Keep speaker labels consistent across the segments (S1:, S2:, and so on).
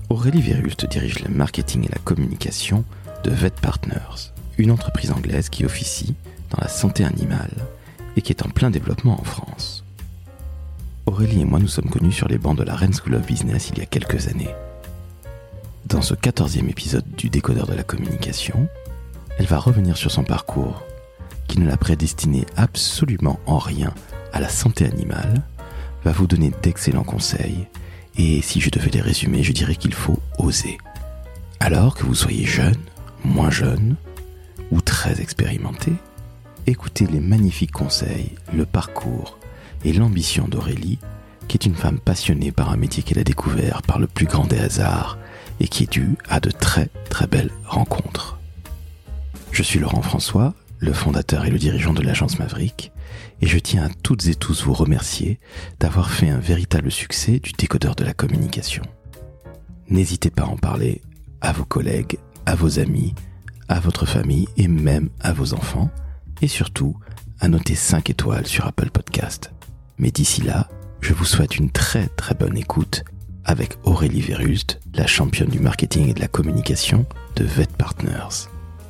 S1: Aurélie Verhulst dirige le marketing et la communication de VetPartners, une entreprise anglaise qui officie dans la santé animale et qui est en plein développement en France. Aurélie et moi nous sommes connus sur les bancs de la Rennes School of Business il y a quelques années. Dans ce 14e épisode du Décodeur de la communication, elle va revenir sur son parcours qui ne l'a prédestiné absolument en rien à la santé animale, va vous donner d'excellents conseils et si je devais les résumer, je dirais qu'il faut oser. Alors que vous soyez jeune, moins jeune ou très expérimenté, écoutez les magnifiques conseils, le parcours et l'ambition d'Aurélie, qui est une femme passionnée par un métier qu'elle a découvert par le plus grand des hasards et qui est due à de très très belles rencontres. Je suis Laurent François, le fondateur et le dirigeant de l'agence Maverick, et je tiens à toutes et tous vous remercier d'avoir fait un véritable succès du Décodeur de la communication. N'hésitez pas à en parler à vos collègues, à vos amis, à votre famille et même à vos enfants, et surtout à noter 5 étoiles sur Apple Podcast. Mais d'ici là, je vous souhaite une très très bonne écoute avec Aurélie Verhulst, la championne du marketing et de la communication de VetPartners.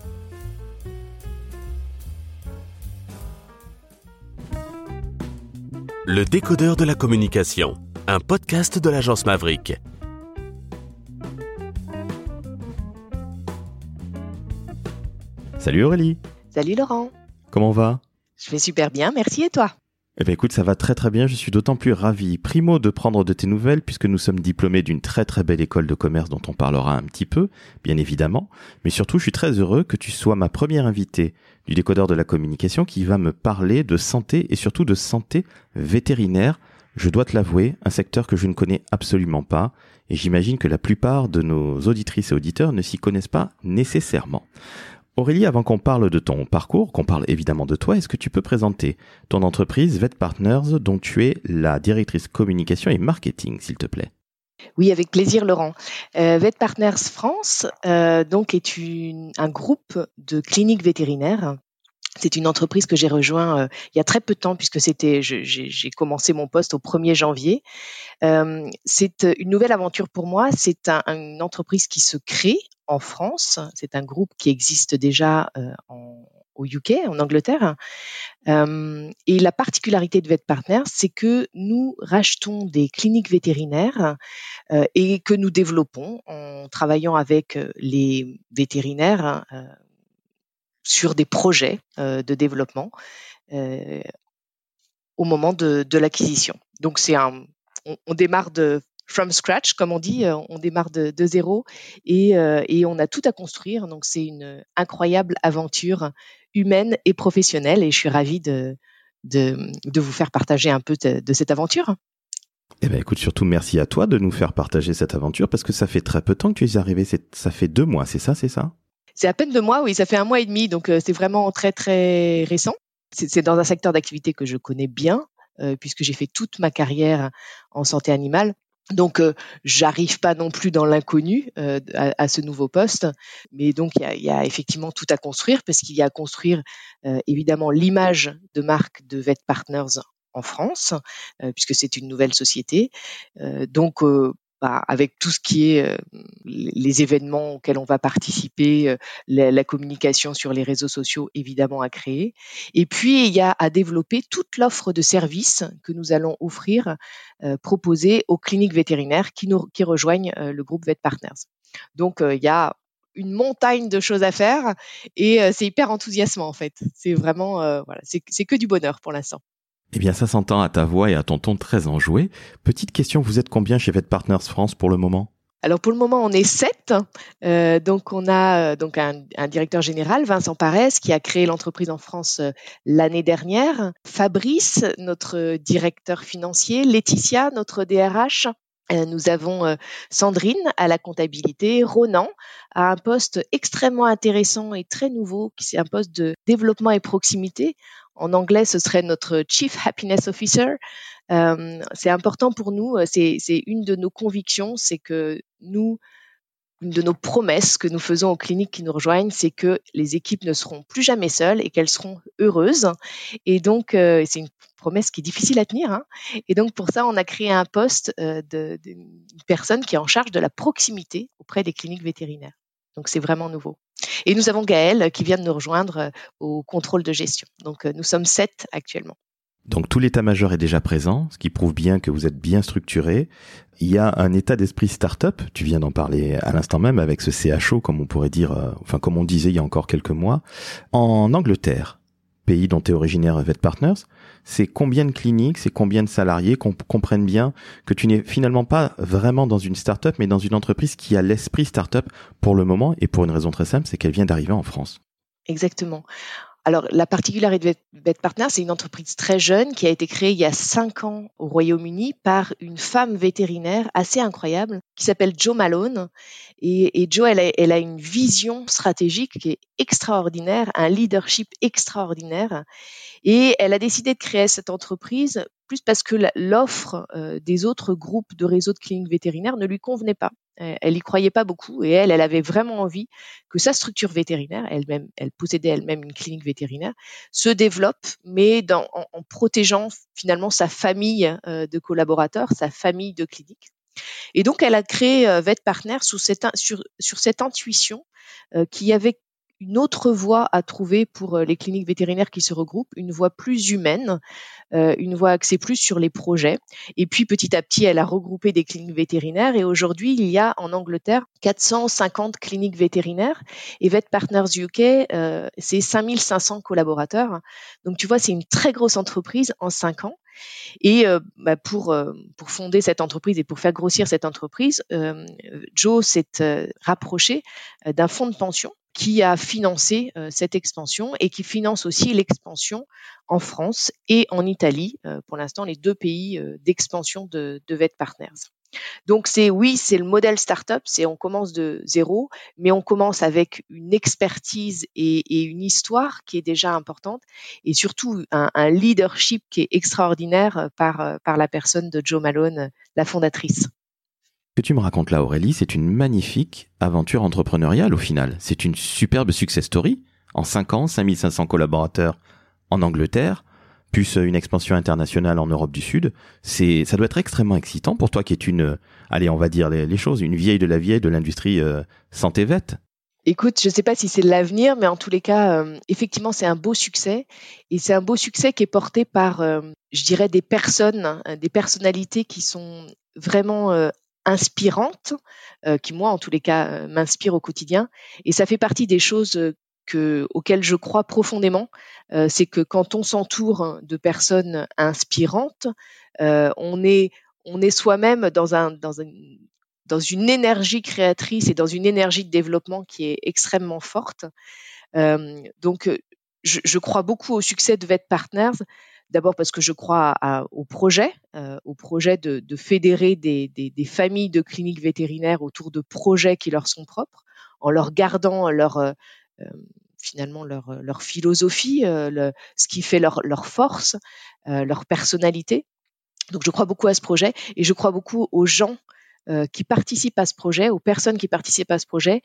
S2: Le Décodeur de la communication, un podcast de l'agence Maverick.
S1: Salut Aurélie.
S3: Salut Laurent.
S1: Comment va ?
S3: Je vais super bien, merci et toi ?
S1: Eh bien écoute, ça va très très bien, je suis d'autant plus ravi, primo, de prendre de tes nouvelles puisque nous sommes diplômés d'une très très belle école de commerce dont on parlera un petit peu, bien évidemment, mais surtout je suis très heureux que tu sois ma première invitée du Décodeur de la communication qui va me parler de santé et surtout de santé vétérinaire. Je dois te l'avouer, un secteur que je ne connais absolument pas et j'imagine que la plupart de nos auditrices et auditeurs ne s'y connaissent pas nécessairement. Aurélie, avant qu'on parle de ton parcours, qu'on parle évidemment de toi, est-ce que tu peux présenter ton entreprise VetPartners dont tu es la directrice communication et marketing, s'il te plaît ?
S3: Oui, avec plaisir Laurent. VetPartners France donc est un groupe de cliniques vétérinaires. C'est une entreprise que j'ai rejoint il y a très peu de temps puisque j'ai commencé mon poste au 1er janvier. C'est une nouvelle aventure pour moi. C'est une entreprise qui se crée en France. C'est un groupe qui existe déjà au UK, en Angleterre. Et la particularité de VetPartners, c'est que nous rachetons des cliniques vétérinaires et que nous développons en travaillant avec les vétérinaires sur des projets de développement au moment de l'acquisition. Donc on démarre from scratch, comme on dit, on démarre de zéro et on a tout à construire. Donc c'est une incroyable aventure humaine et professionnelle et je suis ravie de vous faire partager un peu de cette aventure.
S1: Eh bien écoute, surtout merci à toi de nous faire partager cette aventure parce que ça fait très peu de temps que tu es arrivé, ça fait 2 mois, c'est ça ?
S3: C'est à peine 2 mois, oui, ça fait 1 mois et demi, donc c'est vraiment très très récent. C'est dans un secteur d'activité que je connais bien, puisque j'ai fait toute ma carrière en santé animale. Donc, j'arrive pas non plus dans l'inconnu à ce nouveau poste, mais donc il y a effectivement tout à construire, parce qu'il y a à construire évidemment l'image de marque de VetPartners en France, puisque c'est une nouvelle société. Donc avec tout ce qui est les événements auxquels on va participer, la communication sur les réseaux sociaux évidemment à créer. Et puis il y a à développer toute l'offre de services que nous allons offrir, proposer aux cliniques vétérinaires qui rejoignent le groupe VetPartners. Donc il y a une montagne de choses à faire et c'est hyper enthousiasmant en fait. C'est vraiment c'est que du bonheur pour l'instant.
S1: Eh bien, ça s'entend à ta voix et à ton ton très enjoué. Petite question, vous êtes combien chez VetPartners France pour le moment ?
S3: Alors pour le moment, on est 7. Donc on a un directeur général, Vincent Parès, qui a créé l'entreprise en France l'année dernière. Fabrice, notre directeur financier. Laetitia, notre DRH. Nous avons Sandrine à la comptabilité, Ronan à un poste extrêmement intéressant et très nouveau, qui c'est un poste de développement et proximité. En anglais, ce serait notre Chief Happiness Officer. C'est important pour nous, c'est une de nos convictions, c'est que nous une de nos promesses que nous faisons aux cliniques qui nous rejoignent, c'est que les équipes ne seront plus jamais seules et qu'elles seront heureuses. Et donc, c'est une promesse qui est difficile à tenir, hein. Et donc, pour ça, on a créé un poste d'une personne qui est en charge de la proximité auprès des cliniques vétérinaires. Donc, c'est vraiment nouveau. Et nous avons Gaëlle qui vient de nous rejoindre au contrôle de gestion. Donc, nous sommes 7 actuellement.
S1: Donc tout l'état-major est déjà présent, ce qui prouve bien que vous êtes bien structuré. Il y a un état d'esprit start-up, tu viens d'en parler à l'instant même avec ce CHO, comme on pourrait dire, comme on disait il y a encore quelques mois. En Angleterre, pays dont est originaire VetPartners, c'est combien de cliniques, c'est combien de salariés, qu'on comprenne bien que tu n'es finalement pas vraiment dans une start-up, mais dans une entreprise qui a l'esprit start-up pour le moment, et pour une raison très simple, c'est qu'elle vient d'arriver en France.
S3: Exactement. Alors, la particularité de VetPartners, c'est une entreprise très jeune qui a été créée il y a 5 ans au Royaume-Uni par une femme vétérinaire assez incroyable qui s'appelle Jo Malone. Et Jo, elle a une vision stratégique qui est extraordinaire, un leadership extraordinaire. Et elle a décidé de créer cette entreprise plus parce que l'offre des autres groupes de réseaux de cliniques vétérinaires ne lui convenait pas. Elle y croyait pas beaucoup et elle avait vraiment envie que sa structure vétérinaire, elle possédait elle-même une clinique vétérinaire, se développe, mais en protégeant finalement sa famille de collaborateurs, sa famille de cliniques. Et donc, elle a créé VetPartners sur cette intuition qu'il y avait une autre voie à trouver pour les cliniques vétérinaires qui se regroupent, une voie plus humaine, une voie axée plus sur les projets. Et puis petit à petit, elle a regroupé des cliniques vétérinaires et aujourd'hui, il y a en Angleterre 450 cliniques vétérinaires et VetPartners UK, c'est 5500 collaborateurs. Donc tu vois, c'est une très grosse entreprise en 5 ans. Et pour fonder cette entreprise et pour faire grossir cette entreprise, Jo s'est rapproché d'un fonds de pension qui a financé cette expansion et qui finance aussi l'expansion en France et en Italie, pour l'instant les 2 pays d'expansion de VetPartners. Donc c'est le modèle startup, on commence de zéro, mais on commence avec une expertise et une histoire qui est déjà importante et surtout un leadership qui est extraordinaire par la personne de Jo Malone, la fondatrice.
S1: Ce que tu me racontes là, Aurélie, c'est une magnifique aventure entrepreneuriale au final. C'est une superbe success story. En 5 ans, 5500 collaborateurs en Angleterre, plus une expansion internationale en Europe du Sud. Ça doit être extrêmement excitant pour toi qui es on va dire les choses, une vieille de l'industrie santé vet.
S3: Écoute, je ne sais pas si c'est l'avenir, mais en tous les cas, effectivement, c'est un beau succès. Et c'est un beau succès qui est porté par, je dirais, des personnalités qui sont vraiment inspirantes, qui moi, en tous les cas, m'inspirent au quotidien. Et ça fait partie des choses auxquelles je crois profondément. C'est que quand on s'entoure de personnes inspirantes, on est soi-même dans une énergie créatrice et dans une énergie de développement qui est extrêmement forte. Donc, je crois beaucoup au succès de VetPartners. D'abord parce que je crois au projet de fédérer des familles de cliniques vétérinaires autour de projets qui leur sont propres, en leur gardant finalement leur philosophie, ce qui fait leur force, leur personnalité. Donc, je crois beaucoup à ce projet et je crois beaucoup aux gens qui participent à ce projet, aux personnes qui participent à ce projet.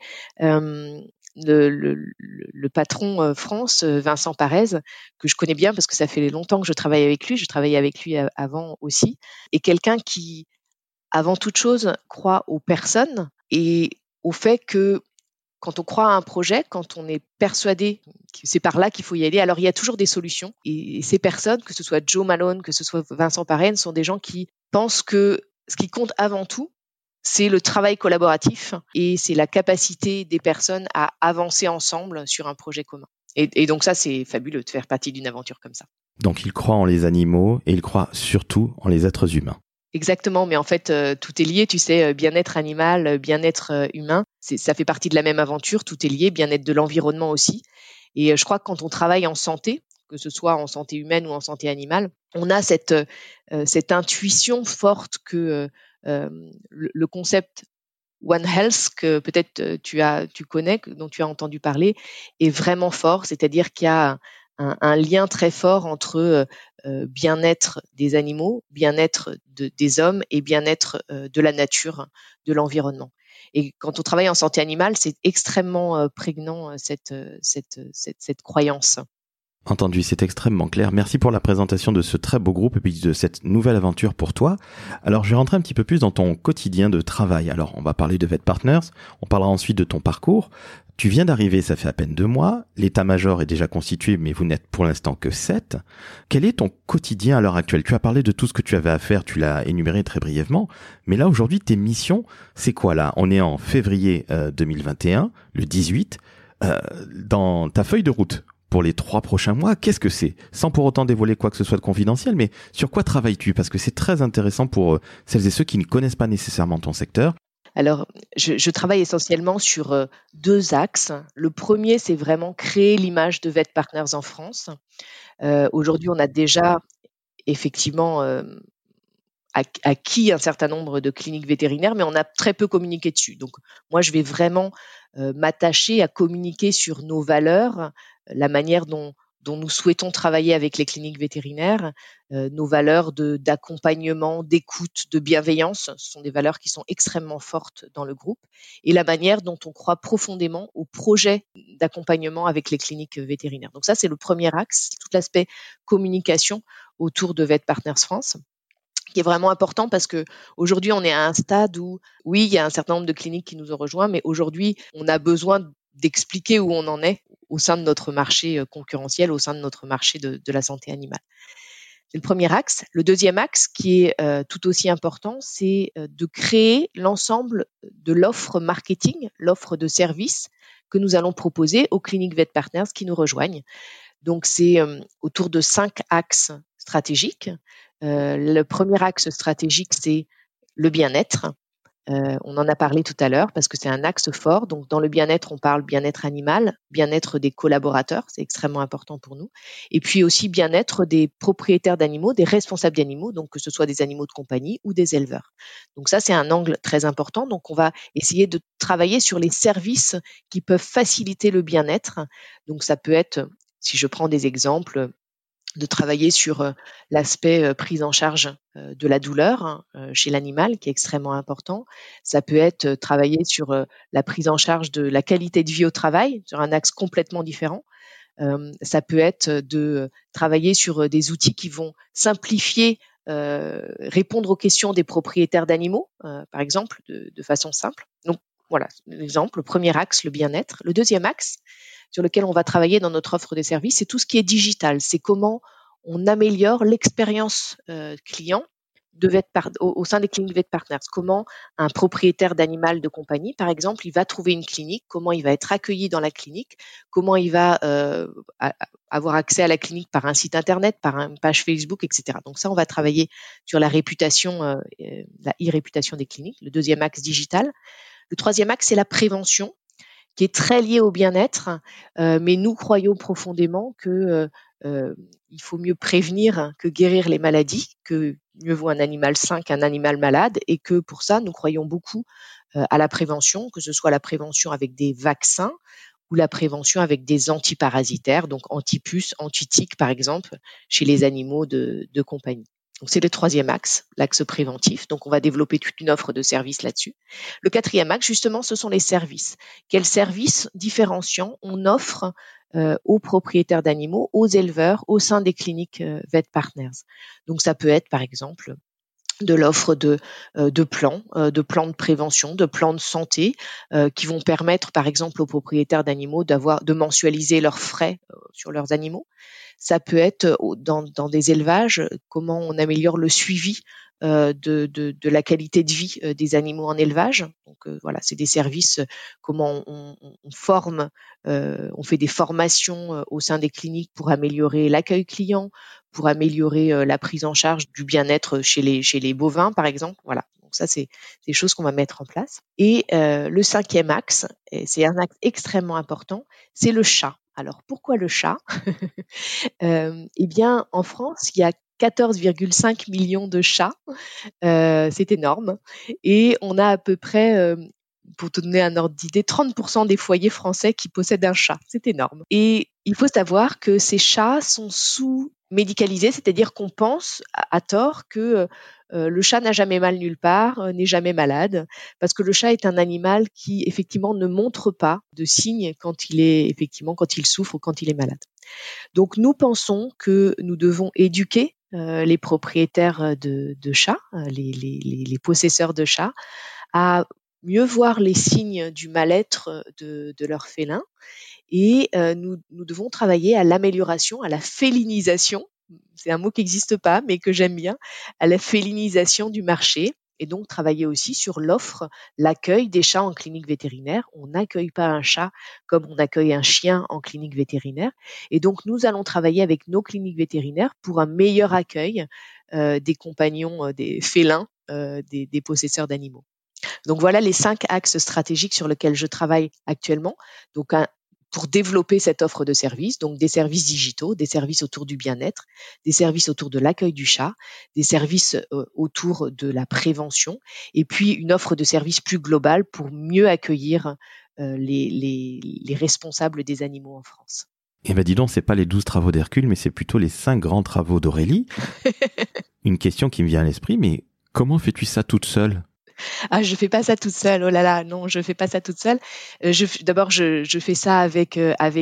S3: Le patron France, Vincent Parez, que je connais bien parce que ça fait longtemps que je travaille avec lui, je travaillais avec lui avant aussi, est quelqu'un qui, avant toute chose, croit aux personnes et au fait que quand on croit à un projet, quand on est persuadé que c'est par là qu'il faut y aller, alors il y a toujours des solutions. Et ces personnes, que ce soit Jo Malone, que ce soit Vincent Parez, sont des gens qui pensent que ce qui compte avant tout, c'est le travail collaboratif et c'est la capacité des personnes à avancer ensemble sur un projet commun. Et donc ça, c'est fabuleux de faire partie d'une aventure comme ça.
S1: Donc il croit en les animaux et il croit surtout en les êtres humains.
S3: Exactement, mais en fait, tout est lié, tu sais, bien-être animal, bien-être humain, ça fait partie de la même aventure, tout est lié, bien-être de l'environnement aussi. Et je crois que quand on travaille en santé, que ce soit en santé humaine ou en santé animale, on a cette intuition forte que le concept One Health, que peut-être tu connais, dont tu as entendu parler, est vraiment fort, c'est-à-dire qu'il y a un lien très fort entre bien-être des animaux, bien-être des hommes et bien-être de la nature, de l'environnement. Et quand on travaille en santé animale, c'est extrêmement prégnant cette croyance.
S1: Entendu, c'est extrêmement clair. Merci pour la présentation de ce très beau groupe et puis de cette nouvelle aventure pour toi. Alors, je vais rentrer un petit peu plus dans ton quotidien de travail. Alors, on va parler de VetPartners, on parlera ensuite de ton parcours. Tu viens d'arriver, ça fait à peine 2 mois. L'état-major est déjà constitué, mais vous n'êtes pour l'instant que 7. Quel est ton quotidien à l'heure actuelle? Tu as parlé de tout ce que tu avais à faire, tu l'as énuméré très brièvement. Mais là, aujourd'hui, tes missions, c'est quoi là? On est en février 2021, le 18. Dans ta feuille de route pour les 3 prochains mois, qu'est-ce que c'est? Sans pour autant dévoiler quoi que ce soit de confidentiel, mais sur quoi travailles-tu? Parce que c'est très intéressant pour celles et ceux qui ne connaissent pas nécessairement ton secteur.
S3: Alors, je travaille essentiellement sur 2 axes. Le premier, c'est vraiment créer l'image de VetPartners en France. Aujourd'hui, on a déjà effectivement acquis un certain nombre de cliniques vétérinaires, mais on a très peu communiqué dessus. Donc, moi, je vais vraiment m'attacher à communiquer sur nos valeurs, la manière dont nous souhaitons travailler avec les cliniques vétérinaires, nos valeurs d'accompagnement, d'écoute, de bienveillance. Ce sont des valeurs qui sont extrêmement fortes dans le groupe, et la manière dont on croit profondément au projet d'accompagnement avec les cliniques vétérinaires. Donc ça, c'est le premier axe, tout l'aspect communication autour de VetPartners France, qui est vraiment important parce que aujourd'hui on est à un stade où, oui, il y a un certain nombre de cliniques qui nous ont rejoints, mais aujourd'hui, on a besoin d'expliquer où on en est au sein de notre marché concurrentiel, au sein de notre marché de la santé animale. C'est le premier axe. Le deuxième axe, qui est tout aussi important, c'est de créer l'ensemble de l'offre marketing, l'offre de services que nous allons proposer aux cliniques VetPartners qui nous rejoignent. Donc, c'est autour de 5 axes stratégiques. Le premier axe stratégique, c'est le bien-être. On en a parlé tout à l'heure parce que c'est un axe fort. Donc, dans le bien-être, on parle bien-être animal, bien-être des collaborateurs, c'est extrêmement important pour nous. Et puis aussi bien-être des propriétaires d'animaux, des responsables d'animaux, donc que ce soit des animaux de compagnie ou des éleveurs. Donc ça, c'est un angle très important. Donc, on va essayer de travailler sur les services qui peuvent faciliter le bien-être. Donc, ça peut être, si je prends des exemples, de travailler sur l'aspect prise en charge de la douleur chez l'animal, qui est extrêmement important. Ça peut être travailler sur la prise en charge de la qualité de vie au travail, sur un axe complètement différent. Ça peut être de travailler sur des outils qui vont simplifier, répondre aux questions des propriétaires d'animaux, par exemple, de façon simple. Donc voilà, l'exemple, le premier axe, le bien-être. Le deuxième axe, sur lequel on va travailler dans notre offre de services, c'est tout ce qui est digital. C'est comment on améliore l'expérience client au sein des cliniques VetPartners. Comment un propriétaire d'animal de compagnie, par exemple, il va trouver une clinique, comment il va être accueilli dans la clinique, comment il va avoir accès à la clinique par un site internet, par une page Facebook, etc. Donc ça, on va travailler sur la réputation, la e-réputation des cliniques. Le deuxième axe digital. Le troisième axe, c'est la prévention, qui est très lié au bien-être, mais nous croyons profondément que il faut mieux prévenir que guérir les maladies, que mieux vaut un animal sain qu'un animal malade, et que pour ça, nous croyons beaucoup à la prévention, que ce soit la prévention avec des vaccins ou la prévention avec des antiparasitaires, donc anti-puces, anti-tiques par exemple, chez les animaux de compagnie. Donc c'est le troisième axe, l'axe préventif. Donc on va développer toute une offre de services là-dessus. Le quatrième axe, justement, ce sont les services. Quels services différenciants on offre aux propriétaires d'animaux, aux éleveurs, au sein des cliniques VetPartners. Donc ça peut être, par exemple, de l'offre de plans de prévention, de plans de santé qui vont permettre, par exemple, aux propriétaires d'animaux de mensualiser leurs frais sur leurs animaux. Ça peut être dans des élevages, comment on améliore le suivi de la qualité de vie des animaux en élevage. Donc voilà, c'est des services, comment on forme, on fait des formations au sein des cliniques pour améliorer l'accueil client, pour améliorer la prise en charge du bien-être chez les bovins, par exemple. Voilà. Donc ça, c'est des choses qu'on va mettre en place. Et le cinquième axe, et c'est un axe extrêmement important, c'est le chat. Alors pourquoi le chat? Eh bien, en France, il y a 14,5 millions de chats. C'est énorme. Et on a à peu près, pour te donner un ordre d'idée, 30% des foyers français qui possèdent un chat. C'est énorme. Et il faut savoir que ces chats sont médicalisé, c'est-à-dire qu'on pense à tort que le chat n'a jamais mal nulle part, n'est jamais malade, parce que le chat est un animal qui effectivement ne montre pas de signes quand il souffre ou quand il est malade. Donc nous pensons que nous devons éduquer les propriétaires de chats, les possesseurs de chats, à mieux voir les signes du mal-être de leur félin. Et nous devons travailler à l'amélioration, à la félinisation, c'est un mot qui n'existe pas, mais que j'aime bien, à la félinisation du marché. Et donc travailler aussi sur l'offre, l'accueil des chats en clinique vétérinaire. On n'accueille pas un chat comme on accueille un chien en clinique vétérinaire. Et donc nous allons travailler avec nos cliniques vétérinaires pour un meilleur accueil des compagnons, des félins, des possesseurs d'animaux. Donc voilà les 5 axes stratégiques sur lesquels je travaille actuellement. Donc pour développer cette offre de services, donc des services digitaux, des services autour du bien-être, des services autour de l'accueil du chat, des services autour de la prévention, et puis une offre de services plus globale pour mieux accueillir les responsables des animaux en France.
S1: Eh ben dis donc, c'est pas les 12 travaux d'Hercule, mais c'est plutôt les 5 grands travaux d'Aurélie. Une question qui me vient à l'esprit, mais comment fais-tu ça toute seule ?
S3: Ah, je fais pas ça toute seule. Oh là là, non, je fais pas ça toute seule. D'abord, je fais ça avec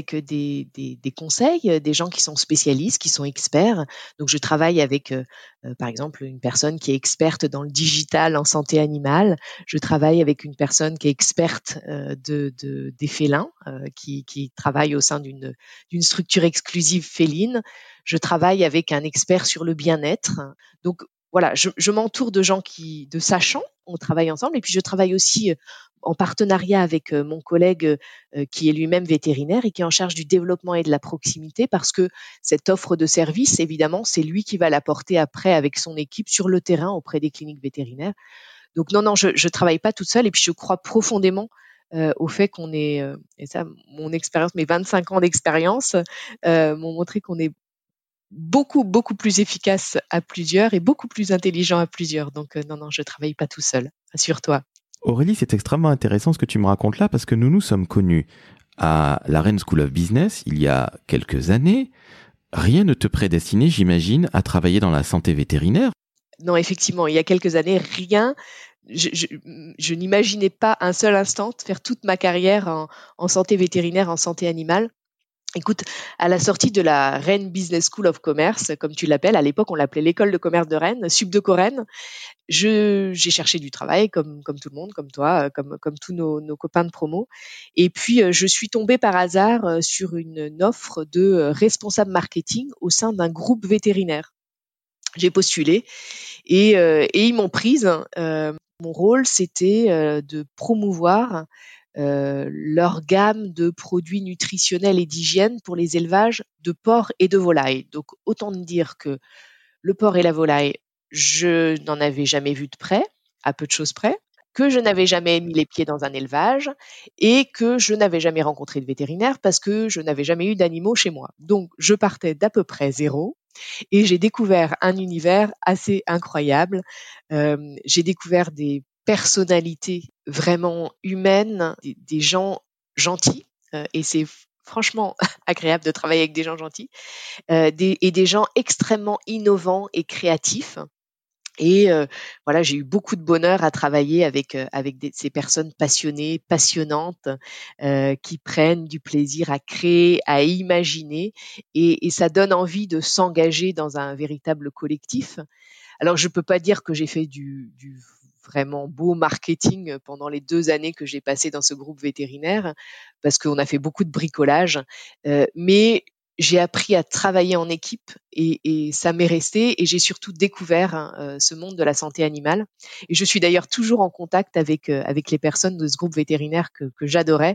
S3: des conseils, des gens qui sont spécialistes, qui sont experts. Donc, je travaille avec, par exemple, une personne qui est experte dans le digital en santé animale. Je travaille avec une personne qui est experte des félins, qui travaille au sein d'une structure exclusive féline. Je travaille avec un expert sur le bien-être. Donc voilà, je m'entoure de gens de sachants, on travaille ensemble, et puis je travaille aussi en partenariat avec mon collègue qui est lui-même vétérinaire et qui est en charge du développement et de la proximité, parce que cette offre de service, évidemment, c'est lui qui va la porter après avec son équipe sur le terrain auprès des cliniques vétérinaires. Donc non, je travaille pas toute seule, et puis je crois profondément au fait qu'on est, et ça, mon expérience, mes 25 ans d'expérience m'ont montré qu'on est beaucoup plus efficace à plusieurs et beaucoup plus intelligent à plusieurs. Donc non, je travaille pas tout seul, rassure-toi.
S1: Aurélie, c'est extrêmement intéressant ce que tu me racontes là, parce que nous sommes connus à la Rennes School of Business il y a quelques années. Rien ne te prédestinait, j'imagine, à travailler dans la santé vétérinaire.
S3: Non, effectivement, il y a quelques années, rien. Je n'imaginais pas un seul instant faire toute ma carrière en santé vétérinaire, en santé animale. Écoute, à la sortie de la Rennes Business School of Commerce, comme tu l'appelles, à l'époque on l'appelait l'école de commerce de Rennes, Subdeco Rennes, j'ai cherché du travail comme tout le monde, comme toi, comme tous nos copains de promo. Et puis je suis tombée par hasard sur une offre de responsable marketing au sein d'un groupe vétérinaire. J'ai postulé et ils m'ont prise. Mon rôle, c'était de promouvoir leur gamme de produits nutritionnels et d'hygiène pour les élevages de porcs et de volailles. Donc autant dire que le porc et la volaille, je n'en avais jamais vu de près, à peu de choses près, que je n'avais jamais mis les pieds dans un élevage et que je n'avais jamais rencontré de vétérinaire parce que je n'avais jamais eu d'animaux chez moi. Donc je partais d'à peu près zéro et j'ai découvert un univers assez incroyable. J'ai découvert des personnalités vraiment humaines, des gens gentils, et c'est franchement agréable de travailler avec des gens gentils, et des gens extrêmement innovants et créatifs. Et voilà, j'ai eu beaucoup de bonheur à travailler avec ces personnes passionnées, passionnantes, qui prennent du plaisir à créer, à imaginer, et ça donne envie de s'engager dans un véritable collectif. Alors, je peux pas dire que j'ai fait du vraiment beau marketing pendant les 2 années que j'ai passées dans ce groupe vétérinaire, parce qu'on a fait beaucoup de bricolage, mais j'ai appris à travailler en équipe et ça m'est resté, et j'ai surtout découvert ce monde de la santé animale. Et je suis d'ailleurs toujours en contact avec les personnes de ce groupe vétérinaire que j'adorais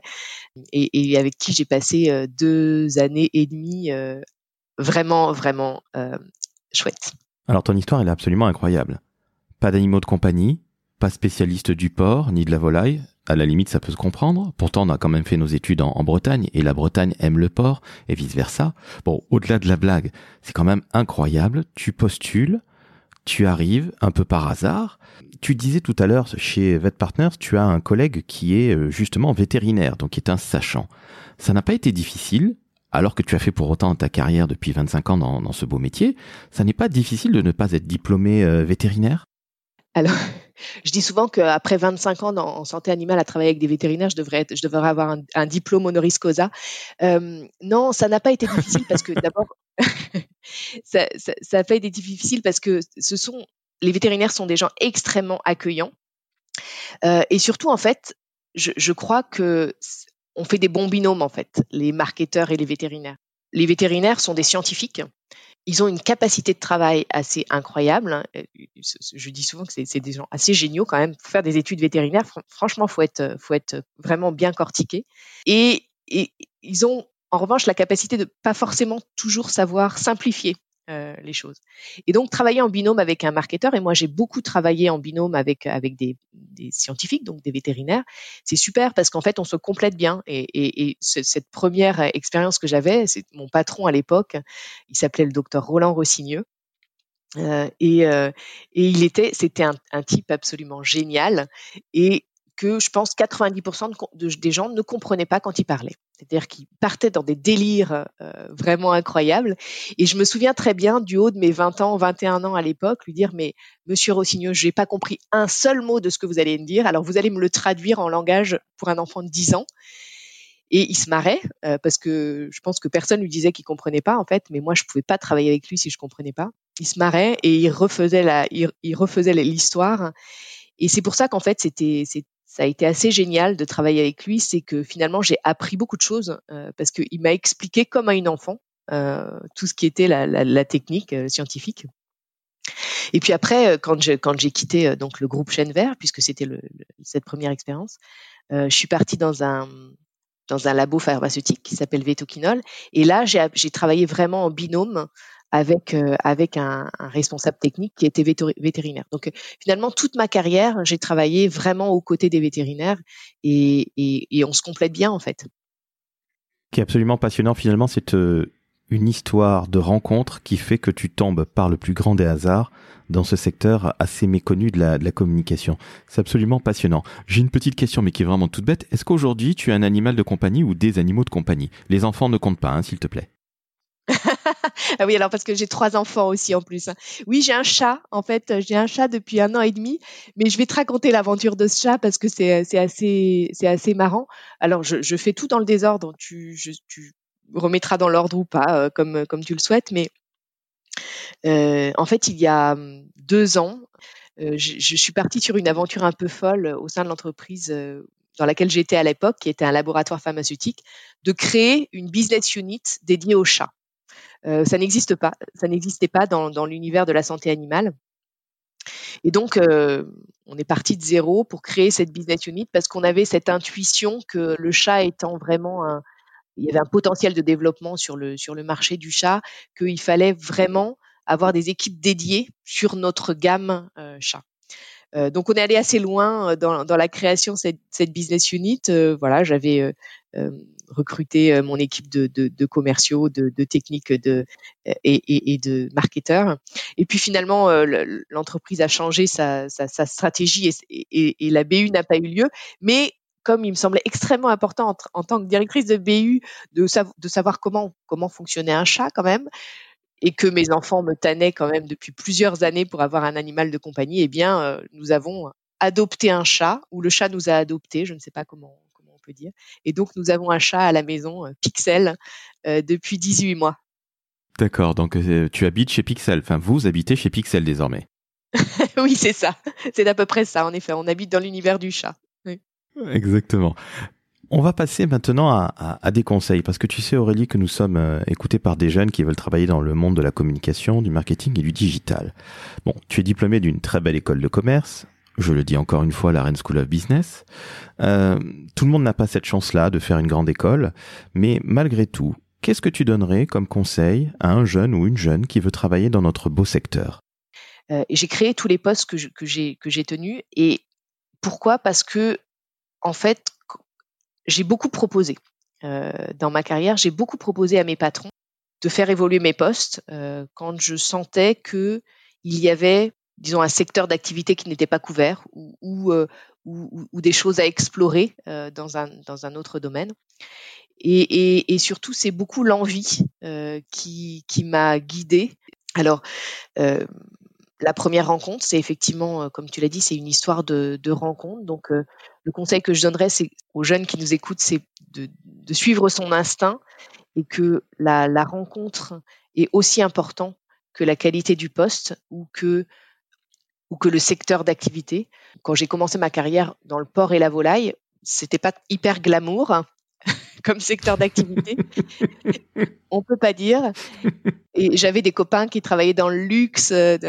S3: et avec qui j'ai passé 2 années et demie vraiment chouettes.
S1: Alors ton histoire, elle est absolument incroyable. Pas d'animaux de compagnie, pas spécialiste du porc ni de la volaille. À la limite, ça peut se comprendre. Pourtant, on a quand même fait nos études en Bretagne, et la Bretagne aime le porc, et vice-versa. Bon, au-delà de la blague, c'est quand même incroyable. Tu postules, tu arrives un peu par hasard. Tu disais tout à l'heure, chez Vet Partners, tu as un collègue qui est justement vétérinaire, donc qui est un sachant. Ça n'a pas été difficile, alors que tu as fait pour autant ta carrière depuis 25 ans dans ce beau métier, ça n'est pas difficile de ne pas être diplômé vétérinaire?
S3: Alors, je dis souvent qu'après 25 ans en santé animale à travailler avec des vétérinaires, je devrais avoir un diplôme honoris causa. Non, ça n'a pas été difficile parce que d'abord, ça n'a pas été difficile parce que les vétérinaires sont des gens extrêmement accueillants. Et surtout, en fait, je crois on fait des bons binômes, en fait, les marketeurs et les vétérinaires. Les vétérinaires sont des scientifiques. Ils ont une capacité de travail assez incroyable, hein. Je dis souvent que c'est des gens assez géniaux quand même. Pour faire des études vétérinaires, franchement, faut être vraiment bien cortiqué. Et ils ont en revanche la capacité de pas forcément toujours savoir simplifier les choses. Et donc travailler en binôme avec un marketeur, et moi j'ai beaucoup travaillé en binôme avec des scientifiques, donc des vétérinaires, c'est super parce qu'en fait on se complète bien. Et cette première expérience que j'avais, c'est mon patron à l'époque, il s'appelait le docteur Roland Rossigneux. Et c'était un type absolument génial, et que je pense 90% des gens ne comprenaient pas quand il parlait. C'est-à-dire qu'il partait dans des délires vraiment incroyables. Et je me souviens très bien, du haut de mes 20 ans, 21 ans à l'époque, lui dire: mais monsieur Rossigneux, je n'ai pas compris un seul mot de ce que vous allez me dire, alors vous allez me le traduire en langage pour un enfant de 10 ans. Et il se marrait parce que je pense que personne lui disait qu'il comprenait pas, en fait, mais moi je pouvais pas travailler avec lui si je comprenais pas. Il se marrait et il refaisait l'histoire. Et c'est pour ça qu'en fait ça a été assez génial de travailler avec lui. C'est que finalement j'ai appris beaucoup de choses parce qu'il m'a expliqué comme à une enfant tout ce qui était la technique scientifique. Et puis après, quand j'ai quitté donc le groupe Chêne Vert, puisque c'était cette première expérience, je suis partie dans un labo pharmaceutique qui s'appelle Vetoquinol. Et là, j'ai travaillé vraiment en binôme avec un responsable technique qui était vétérinaire. Donc finalement, toute ma carrière, j'ai travaillé vraiment aux côtés des vétérinaires, et on se complète bien, en fait.
S1: Ce qui est absolument passionnant finalement, c'est une histoire de rencontre qui fait que tu tombes par le plus grand des hasards dans ce secteur assez méconnu de la communication. C'est absolument passionnant. J'ai une petite question, mais qui est vraiment toute bête. Est-ce qu'aujourd'hui, tu as un animal de compagnie ou des animaux de compagnie? Les enfants ne comptent pas, hein, s'il te plaît.
S3: Ah oui, alors parce que j'ai 3 enfants aussi en plus, hein. Oui, j'ai un chat. En fait, j'ai un chat depuis 1 an et demi, mais je vais te raconter l'aventure de ce chat parce que c'est assez marrant. Alors, je fais tout dans le désordre. Tu remettras dans l'ordre ou pas, comme tu le souhaites. Mais en fait, il y a 2 ans, je suis partie sur une aventure un peu folle au sein de l'entreprise dans laquelle j'étais à l'époque, qui était un laboratoire pharmaceutique, de créer une business unit dédiée aux chats. Ça n'existait pas dans l'univers de la santé animale. Et donc, on est parti de zéro pour créer cette business unit parce qu'on avait cette intuition que le chat étant vraiment il y avait un potentiel de développement sur le marché du chat, qu'il fallait vraiment avoir des équipes dédiées sur notre gamme chat. Donc on est allé assez loin dans la création de cette business unit. Voilà, j'avais recruté mon équipe de commerciaux, de techniques et de marketeurs. Et puis finalement, l'entreprise a changé sa stratégie, et la BU n'a pas eu lieu. Mais comme il me semblait extrêmement important en tant que directrice de BU de savoir comment fonctionnait un chat quand même, et que mes enfants me tannaient quand même depuis plusieurs années pour avoir un animal de compagnie, eh bien, nous avons adopté un chat, ou le chat nous a adoptés, je ne sais pas comment on peut dire. Et donc, nous avons un chat à la maison, Pixel, depuis 18 mois.
S1: D'accord, donc tu habites chez Pixel. Enfin, vous habitez chez Pixel désormais.
S3: Oui, c'est ça. C'est à peu près ça, en effet. On habite dans l'univers du chat. Oui.
S1: Exactement. On va passer maintenant à des conseils, parce que tu sais, Aurélie, que nous sommes écoutés par des jeunes qui veulent travailler dans le monde de la communication, du marketing et du digital. Bon, tu es diplômé d'une très belle école de commerce, je le dis encore une fois, la Rennes School of Business. Tout le monde n'a pas cette chance-là de faire une grande école, mais malgré tout, qu'est-ce que tu donnerais comme conseil à un jeune ou une jeune qui veut travailler dans notre beau secteur?
S3: J'ai créé tous les postes que j'ai tenus. Et pourquoi? Parce que, en fait, j'ai beaucoup proposé. Dans ma carrière, j'ai beaucoup proposé à mes patrons de faire évoluer mes postes quand je sentais qu'il y avait, disons, un secteur d'activité qui n'était pas couvert, ou des choses à explorer dans un autre domaine. Et surtout, c'est beaucoup l'envie qui m'a guidée. Alors, la première rencontre, c'est effectivement, comme tu l'as dit, c'est une histoire de rencontre. Donc, le conseil que je donnerais aux jeunes qui nous écoutent, c'est de suivre son instinct et que la rencontre est aussi important que la qualité du poste ou que le secteur d'activité. Quand j'ai commencé ma carrière dans le porc et la volaille, c'était pas hyper glamour comme secteur d'activité, on peut pas dire. Et j'avais des copains qui travaillaient dans le luxe,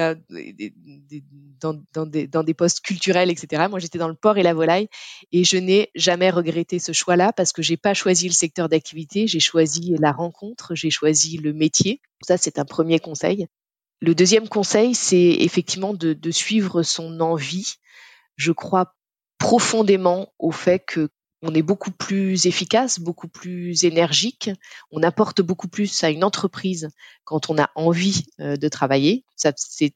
S3: dans des postes culturels, etc. Moi, j'étais dans le porc et la volaille, et je n'ai jamais regretté ce choix-là parce que j'ai pas choisi le secteur d'activité, j'ai choisi la rencontre, j'ai choisi le métier. Ça, c'est un premier conseil. Le deuxième conseil, c'est effectivement de suivre son envie. Je crois profondément au fait que on est beaucoup plus efficace, beaucoup plus énergique. On apporte beaucoup plus à une entreprise quand on a envie de travailler. Ça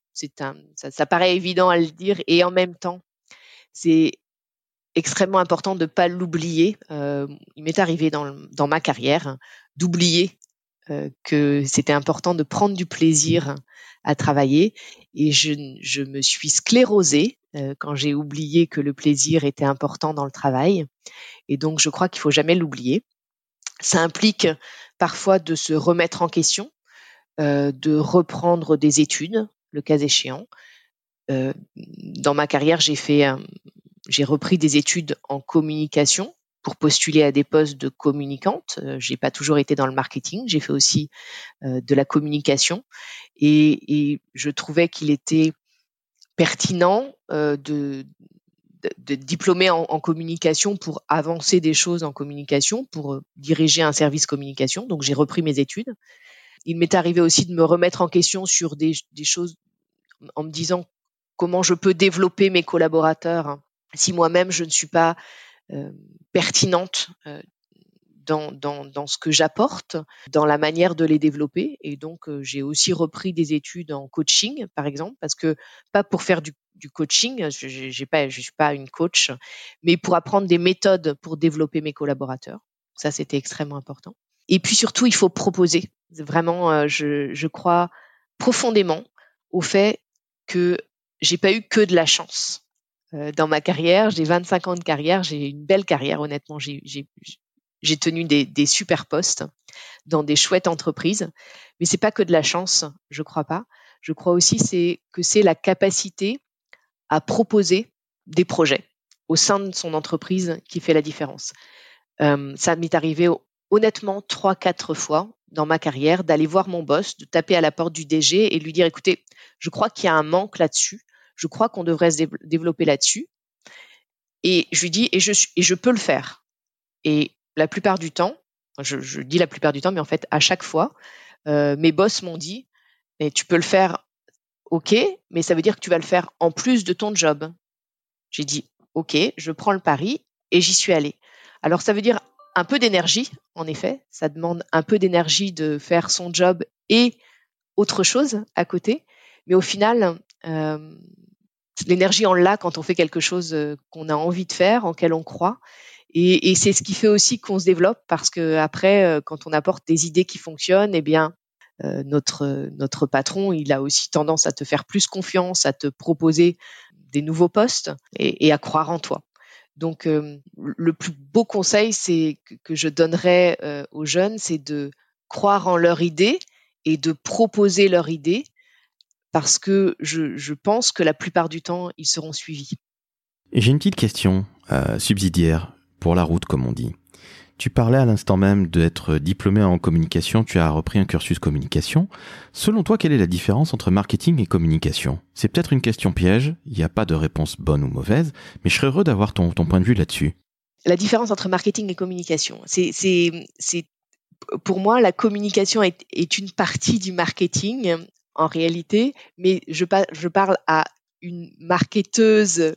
S3: paraît évident à le dire, et en même temps, c'est extrêmement important de ne pas l'oublier. Il m'est arrivé dans ma carrière d'oublier que c'était important de prendre du plaisir à travailler, et je me suis sclérosée quand j'ai oublié que le plaisir était important dans le travail, et donc je crois qu'il faut jamais l'oublier. Ça implique parfois de se remettre en question, de reprendre des études, le cas échéant. Dans ma carrière, j'ai repris des études en communication pour postuler à des postes de communicante. J'ai pas toujours été dans le marketing, j'ai fait aussi de la communication, et je trouvais qu'il était pertinent de diplômer en communication pour avancer des choses en communication, pour diriger un service communication. Donc j'ai repris mes études. Il m'est arrivé aussi de me remettre en question sur des choses en me disant comment je peux développer mes collaborateurs si moi-même je ne suis pas pertinente dans ce que j'apporte, dans la manière de les développer. Et donc, j'ai aussi repris des études en coaching, par exemple, parce que pas pour faire du coaching, je suis pas une coach, mais pour apprendre des méthodes pour développer mes collaborateurs. Ça, c'était extrêmement important. Et puis surtout, il faut proposer. Vraiment, je crois profondément au fait que j'ai pas eu que de la chance. Dans ma carrière, j'ai 25 ans de carrière, j'ai une belle carrière, honnêtement. J'ai tenu des super postes dans des chouettes entreprises, mais c'est pas que de la chance, je crois pas. Je crois aussi que c'est la capacité à proposer des projets au sein de son entreprise qui fait la différence. Ça m'est arrivé honnêtement 3-4 fois dans ma carrière d'aller voir mon boss, de taper à la porte du DG et de lui dire écoutez, je crois qu'il y a un manque là-dessus, je crois qu'on devrait se développer là-dessus. Et je lui dis et je peux le faire. Et la plupart du temps, je dis la plupart du temps, mais en fait, à chaque fois, mes boss m'ont dit, mais tu peux le faire, ok, mais ça veut dire que tu vas le faire en plus de ton job. J'ai dit, ok, je prends le pari, et j'y suis allée. Alors, ça veut dire un peu d'énergie, en effet. Ça demande un peu d'énergie de faire son job et autre chose à côté. Mais au final, l'énergie, on l'a quand on fait quelque chose qu'on a envie de faire, en quel on croit. Et c'est ce qui fait aussi qu'on se développe, parce que après, quand on apporte des idées qui fonctionnent, eh bien, notre patron, il a aussi tendance à te faire plus confiance, à te proposer des nouveaux postes et à croire en toi. Donc, le plus beau conseil que je donnerais aux jeunes, c'est de croire en leur idée et de proposer leur idée, parce que je pense que la plupart du temps, ils seront suivis.
S1: Et j'ai une petite question subsidiaire pour la route, comme on dit. Tu parlais à l'instant même d'être diplômé en communication, tu as repris un cursus communication. Selon toi, quelle est la différence entre marketing et communication ? C'est peut-être une question piège, il n'y a pas de réponse bonne ou mauvaise, mais je serais heureux d'avoir ton point de vue là-dessus.
S3: La différence entre marketing et communication, c'est pour moi, la communication est une partie du marketing en réalité, mais je parle à une marketeuse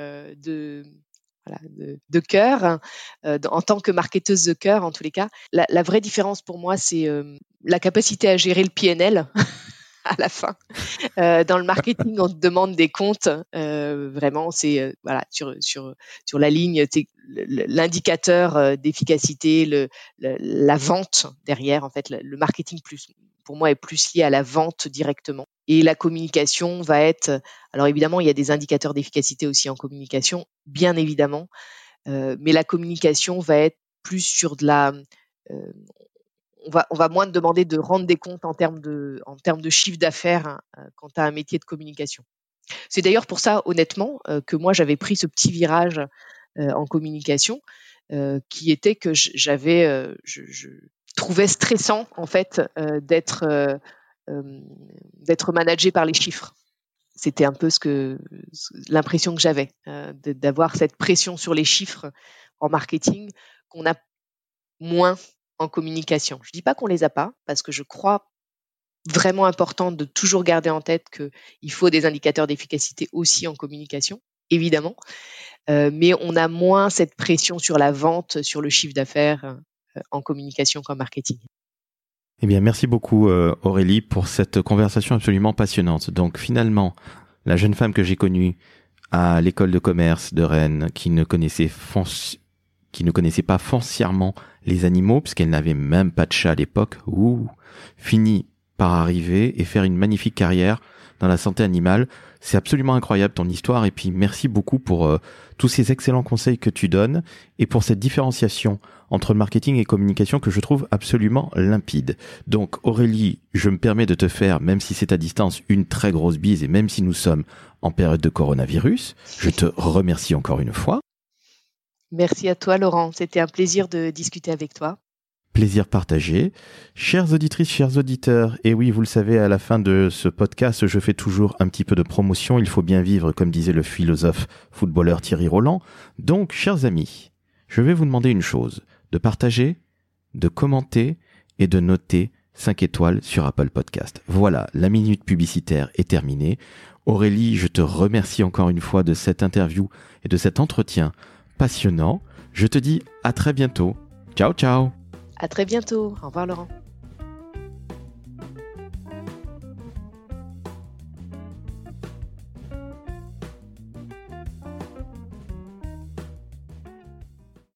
S3: de cœur, en tant que marketeuse de cœur, en tous les cas. La vraie différence pour moi, c'est la capacité à gérer le PNL, à la fin. Dans le marketing, on te demande des comptes. Vraiment, c'est voilà sur la ligne, c'est l'indicateur d'efficacité, la vente derrière. En fait, le marketing plus pour moi est plus lié à la vente directement. Et la communication va être. Alors évidemment, il y a des indicateurs d'efficacité aussi en communication, bien évidemment, mais la communication va être plus sur de la on va moins te demander de rendre des comptes en termes de chiffre d'affaires quand tu as un métier de communication. C'est d'ailleurs pour ça, honnêtement, que moi j'avais pris ce petit virage en communication, qui était que je trouvais stressant en fait d'être managé par les chiffres. C'était un peu l'impression que j'avais, d'avoir cette pression sur les chiffres en marketing qu'on a moins en communication. Je dis pas qu'on les a pas, parce que je crois vraiment important de toujours garder en tête qu'il faut des indicateurs d'efficacité aussi en communication, évidemment, mais on a moins cette pression sur la vente, sur le chiffre d'affaires en communication qu'en marketing.
S1: Eh bien, merci beaucoup Aurélie pour cette conversation absolument passionnante. Donc finalement, la jeune femme que j'ai connue à l'école de commerce de Rennes, qui ne connaissait pas foncièrement les animaux, puisqu'elle n'avait même pas de chat à l'époque, finit par arriver et faire une magnifique carrière dans la santé animale. C'est absolument incroyable ton histoire, et puis merci beaucoup pour tous ces excellents conseils que tu donnes et pour cette différenciation entre marketing et communication que je trouve absolument limpide. Donc Aurélie, je me permets de te faire, même si c'est à distance, une très grosse bise, et même si nous sommes en période de coronavirus, je te remercie encore une fois.
S3: Merci à toi Laurent, c'était un plaisir de discuter avec toi.
S1: Plaisir partagé. Chères auditrices, chers auditeurs, et oui, vous le savez, à la fin de ce podcast, je fais toujours un petit peu de promotion. Il faut bien vivre, comme disait le philosophe footballeur Thierry Roland. Donc, chers amis, je vais vous demander une chose, de partager, de commenter et de noter 5 étoiles sur Apple Podcast. Voilà, la minute publicitaire est terminée. Aurélie, je te remercie encore une fois de cette interview et de cet entretien passionnant. Je te dis à très bientôt. Ciao, ciao.
S3: À très bientôt. Au revoir Laurent.